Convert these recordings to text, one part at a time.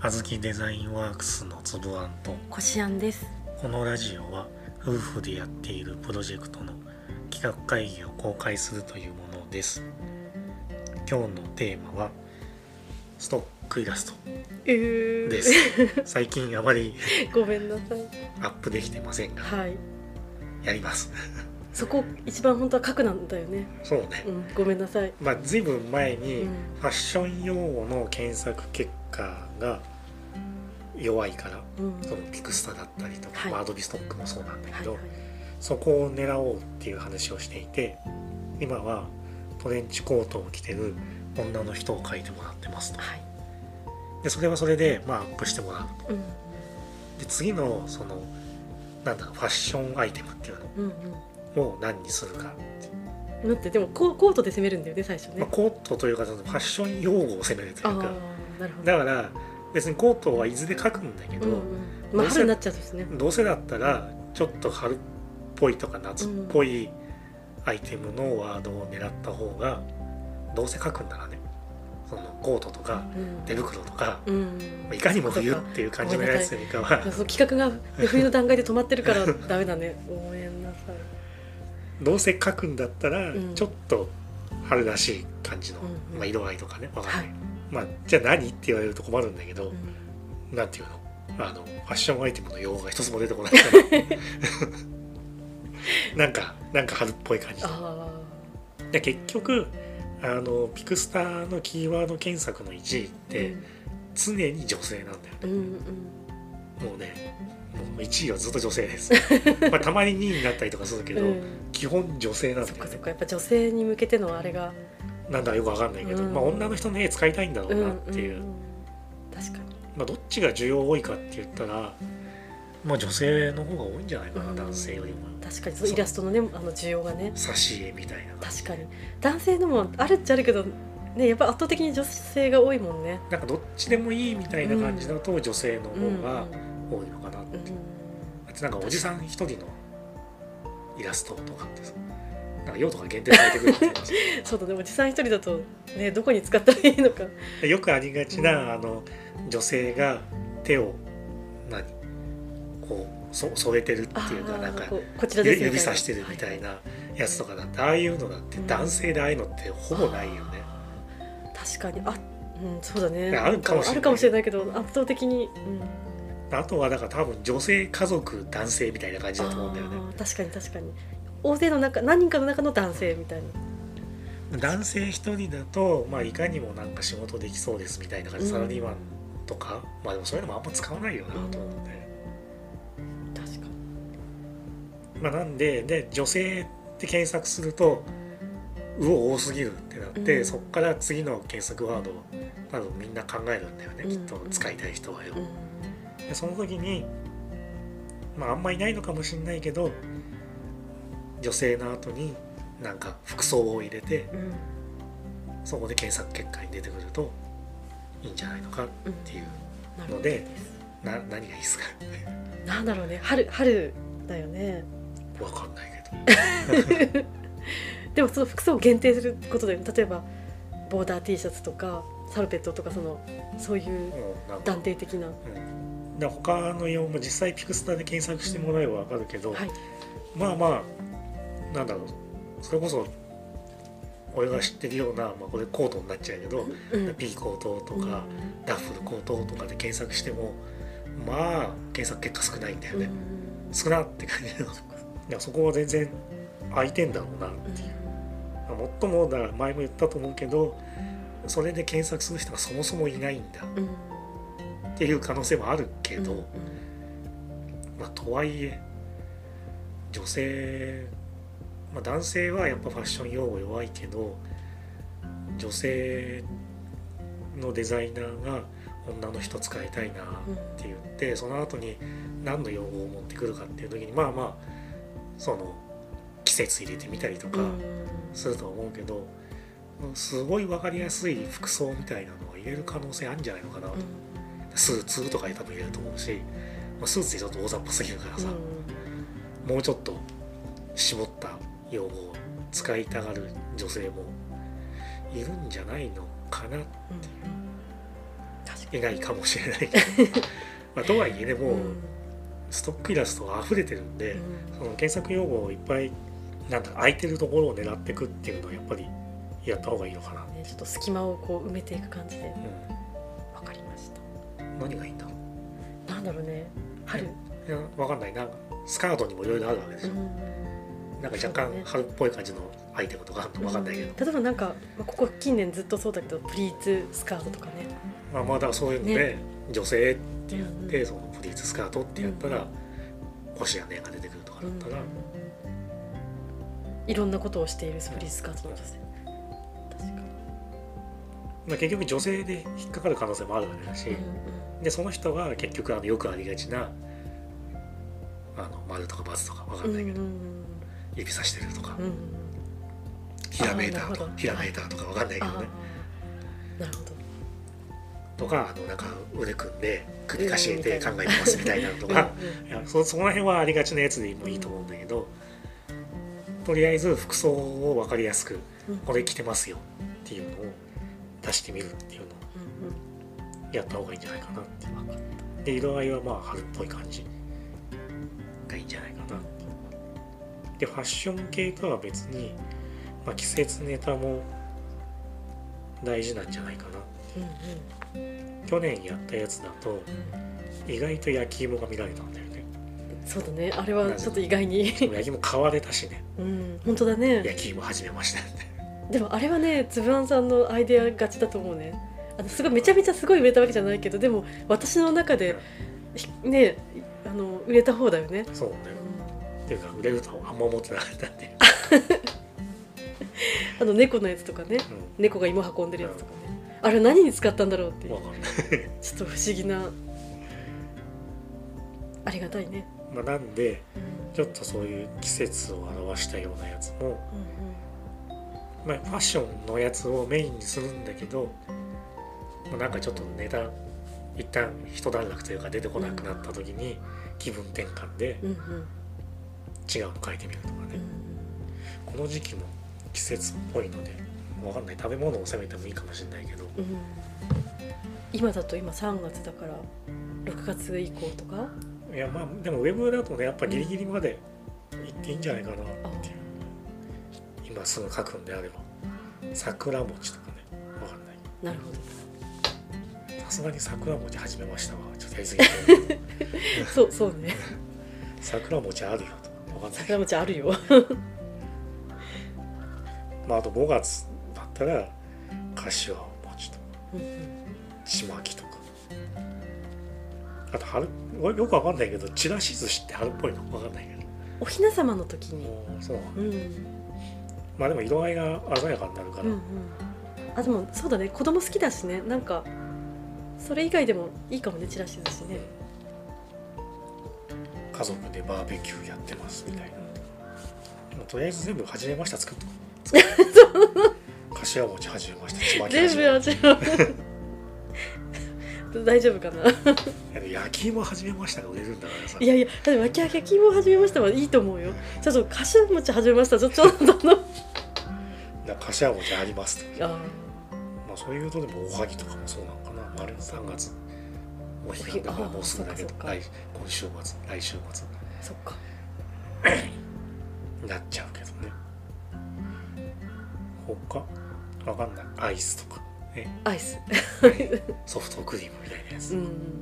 あずきデザインワークスのつぶあんとこしあんです。 このラジオは夫婦でやっているプロジェクトの企画会議を公開するというものです。今日のテーマはストックイラストです。最近あまりごめんなさい。 アップできてませんが、 はい。 やります。 そこ一番本当は書くなんだよね。 そうね。 ごめんなさい。 ずいぶん前にファッション用語の検索結果が弱いから、そのピクスタだったりとか、アドビストックもそうなんだけど、そこを狙おうっていう話をしていて、今はトレンチコートを着てる女の人を描いてもらってますと。でそれはそれでアップしてもらうと。で次のそのファッションアイテムっていうのを何にするかって。 待ってでもコートで攻めるんだよね最初ね。 コートというかそのファッション用語を攻めるというか。 なるほど。 だから別にコートはいずれ描くんだけど、 春になっちゃうんですね。 どうせだったらちょっと春っぽいとか夏っぽいアイテムのワードを狙った方が、どうせ描くんならね、そのコートとか手袋とか、いかにも冬っていう感じのやつよりかは、 その企画が冬の段階で止まってるからダメだね。ごめんなさい。 どうせ描くんだったらちょっと春らしい感じの、色合いとかね、わかんない、じゃあ何って言われると困るんだけど、なんていうの、ファッションアイテムの用語が一つも出てこないなんか春っぽい感じで、結局ピクスタのキーワード検索の1位って常に女性なんだよね。もうね、もう1位はずっと女性ですたまに2位になったりとかするけど、基本女性なんだよね。 そっかやっぱ女性に向けてのあれがなんだかよくわかんないけど、女の人の絵使いたいんだろうなっていう、 確かにどっちが需要多いかって言ったら、女性の方が多いんじゃないかな、男性よりも。 確かにそのイラストのね、需要がね、 挿絵みたいな。 確かに男性のもあるっちゃあるけどね、やっぱ圧倒的に女性が多いもんね。 なんかどっちでもいいみたいな感じだと女性の方が多いのかなって。なんかおじさん一人のイラストとかってさ、なんか用途が限定されてくるってそうだね、おじさん一人だとね、どこに使ったらいいのか。 よくありがちな、女性が手をこう添えてるっていうか、なんかこちらです指さしてるみたいなやつとかだって、ああいうのだって男性でああいうのってほぼないよね。 確かにそうだね。 あるかもしれないけど圧倒的に、 あとはだから多分女性家族男性みたいな感じだと思うんだよね。 確かに大勢の中、何人かの中の男性みたいな。 男性一人だと、いかにもなんか仕事できそうですみたいな感じ、サラリーマンとか、でもそういうのもあんま使わないよなと思って、 確かに。なんで女性って検索すると多すぎるってなって、そこから次の検索ワードを多分みんな考えるんだよね、きっと使いたい人はよ。でその時にあんまいないのかもしれないけど、女性の後になんか服装を入れて、そこで検索結果に出てくるといいんじゃないのかっていうので、何がいいですかなんだろうね、春だよね。 わかんないけどでもその服装を限定することで、例えばボーダー T シャツとかサルペットとか、そういう断定的な、 で他の用も実際ピクスタで検索してもらえばわかるけど、なんだろう、それこそ俺が知ってるような、これコートになっちゃうけど、ピーコートとか、ダッフルコートとかで検索しても検索結果少ないんだよね。少なって感じのそこは全然空いてんだろうなっていう。もっともだから前も言ったと思うけど、それで検索する人がそもそもいないんだっていう可能性もあるけど、とはいえ女性、男性はやっぱファッション用語弱いけど、女性のデザイナーが女の人使いたいなって言って、その後に何の用語を持ってくるかっていう時にその季節入れてみたりとかすると思うけど、すごい分かりやすい服装みたいなのは入れる可能性あるんじゃないのかなと。スーツとかで多分入れると思うし、スーツでちょっと大雑把すぎるからさ、もうちょっと絞った用語を使いたがる女性もいるんじゃないのかなっていう。 確かいないかもしれないけどまあとはいえねもうストックイラストが溢れてるんで、その検索用語をいっぱいなんだ空いてるところを狙っていくっていうのはやっぱりやった方がいいのかな、 ちょっと隙間をこう埋めていく感じで、わかりました。 何がいいんだろう。なんだろうね。春。いやわかんないな。スカートにもいろいろあるわけですよ。なんか若干春っぽい感じのアイテムとかあるとわかんないけど。 例えばなんかここ近年ずっとそうだけどプリーツスカートとかね。 まあだからそういうので、女性ってやって、そのプリーツスカートってやったら、腰やねが出てくるとかだったら、 いろんなことをしているプリーツスカートの女性。確かに。 まあ結局女性で引っかかる可能性もあるわけだし、でその人が結局よくありがちな丸とか×とかわかんないけど、指さしてるとか、ひらめいたとかわかんないけどね。 なるほど。 とかなんか腕組んで首かしげて考えてますみたいなのとかその辺はありがちなやつでもいいと思うんだけど、とりあえず服装を分かりやすくこれ着てますよっていうのを出してみるっていうのをやった方がいいんじゃないかなっていう。で色合いはまあ春っぽい感じがいいんじゃないかな。でファッション系とは別に、まあ、季節ネタも大事なんじゃないかな。去年やったやつだと意外と焼き芋が見られたんだよね。 そうだね、あれはちょっと意外に焼き芋買われたしね。 本当だね。 焼き芋始めましたね。 でもあれはね、つぶあんさんのアイデア勝ちだと思うね。すごいめちゃめちゃすごい売れたわけじゃないけど、でも私の中でね売れた方だよね。 そうね、っていうか売れるとあんま思ってなかったっていう猫のやつとかね、猫が芋運んでるやつとかね、あれ何に使ったんだろうっていう、ちょっと不思議な、ありがたいね。 なんで、ちょっとそういう季節を表したようなやつも、ファッションのやつをメインにするんだけど、なんかちょっとネタ一旦一段落というか出てこなくなった時に気分転換で違うの書いてみるとかね、この時期も季節っぽいので分かんない、食べ物を攻めてもいいかもしれないけど、 今だと今3月だから6月以降とか、 いやでもウェブだとねやっぱギリギリまで行っていいんじゃないかなっていう、今すぐ書くんであれば桜餅とかね、分かんない。 なるほど。 さすがに桜餅始めましたわ、ちょっとやりすぎてそうね桜餅あるよとか分かんない。 桜餅あるよあと5月だったら柏餅とか、ちまきとか、あと春よくわかんないけどちらし寿司って春っぽいのわかんないけど、 おひな様の時にそう、でも色合いが鮮やかになるから、 でもそうだね、子供好きだしね、なんかそれ以外でもいいかもね、ちらし寿司ね、 家族でバーベキューやってますみたいな、とりあえず全部始めました作っと柏餅始めました、ちまき始めました大丈夫かな焼き芋始めましたが売れるんだからさ。 いやだって焼き芋始めましたはいいと思うよ。ちょっと柏餅始めましたちょっと柏餅ありますとか、そういうとでもおはぎとかもそうなのかな、丸3月お彼岸だからもうすぐだけど、来週末そっかなっちゃうけどね。他わかんない、アイスとかアイスソフトクリームみたいなやつ、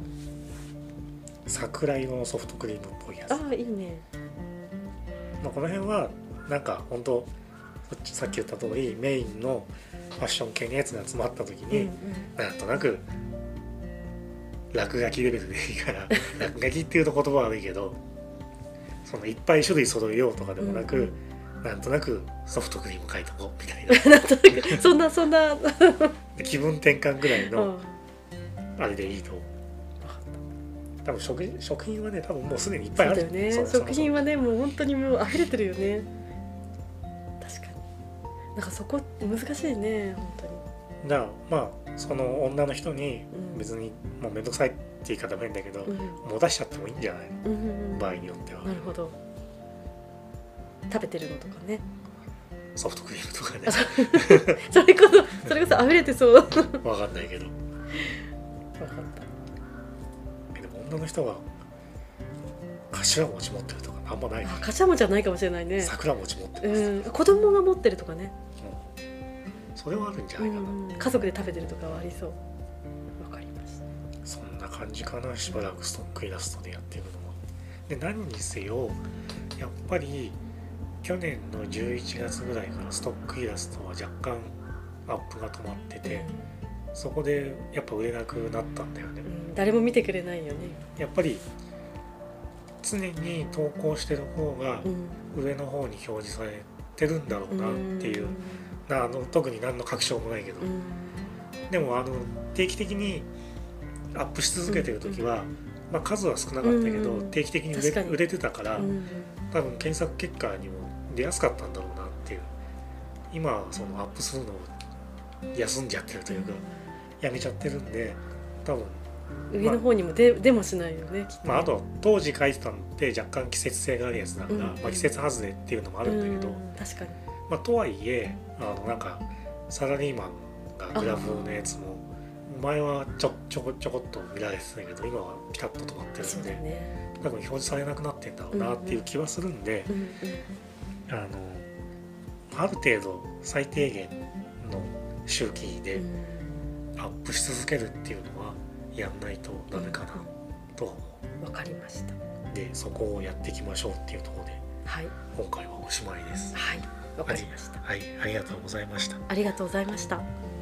桜色のソフトクリームっぽいやつ、 いいね。 この辺はなんか本当さっき言った通りメインのファッション系のやつが集まった時に、なんとなく落書きレベルでいいから落書きっていうと言葉は悪いけど、そのいっぱい種類揃えようとかでもなく、なんとなくソフトクリーム書いとこうみたいななんとなくそんな気分転換ぐらいのあれでいいと思う。多分食品はね、多分もうすでにいっぱいある。 そうだよね、食品はねもう本当にもう溢れてるよね。確かになんかそこ難しいね本当に。 だからその女の人に別にもうめんどくさいって言い方もいいんだけど、持たしちゃってもいいんじゃないの、場合によっては。 なるほど。食べてるのとかね、 ソフトクリームとかねそれこそ溢れてそうわかんないけど、 分かった。 でも女の人は頭餅持ってるとかあんまない。 あ、頭餅はないかもしれないね。 桜餅持ってる、 子供が持ってるとかね、 それはあるんじゃないかな、 家族で食べてるとかはありそう。わかりました。 そんな感じかな。しばらくストックイラストでやっていくのも。で何にせよやっぱり去年の11月ぐらいからストックイラストは若干アップが止まってて、そこでやっぱ売れなくなったんだよね、 誰も見てくれないよね。 やっぱり常に投稿してる方が上の方に表示されてるんだろうなっていう、特に何の確証もないけど、でも定期的にアップし続けてる時は、数は少なかったけど、定期的に売れてたから、多分検索結果にも出やすかったんだろうなっていう。今はそのアップするのを休んじゃってるというか、やめちゃってるんで、多分上の方にも出もしないよね、きっとね。 あと当時書いてたのって若干季節性があるやつだから、季節外れっていうのもあるんだけど、 確かに。 とはいえなんかサラリーマンがグラフのやつも前はちょこっと見られてたけど、今はピタッと止まってるんで、多分表示されなくなってんだろうなっていう気はするんで、ある程度最低限の周期でアップし続けるっていうのはやんないとダメかなとは思う。 わかりました。 でそこをやっていきましょうっていうところで、今回はおしまいです。 はい、わかりました。 はい、ありがとうございました。 ありがとうございました。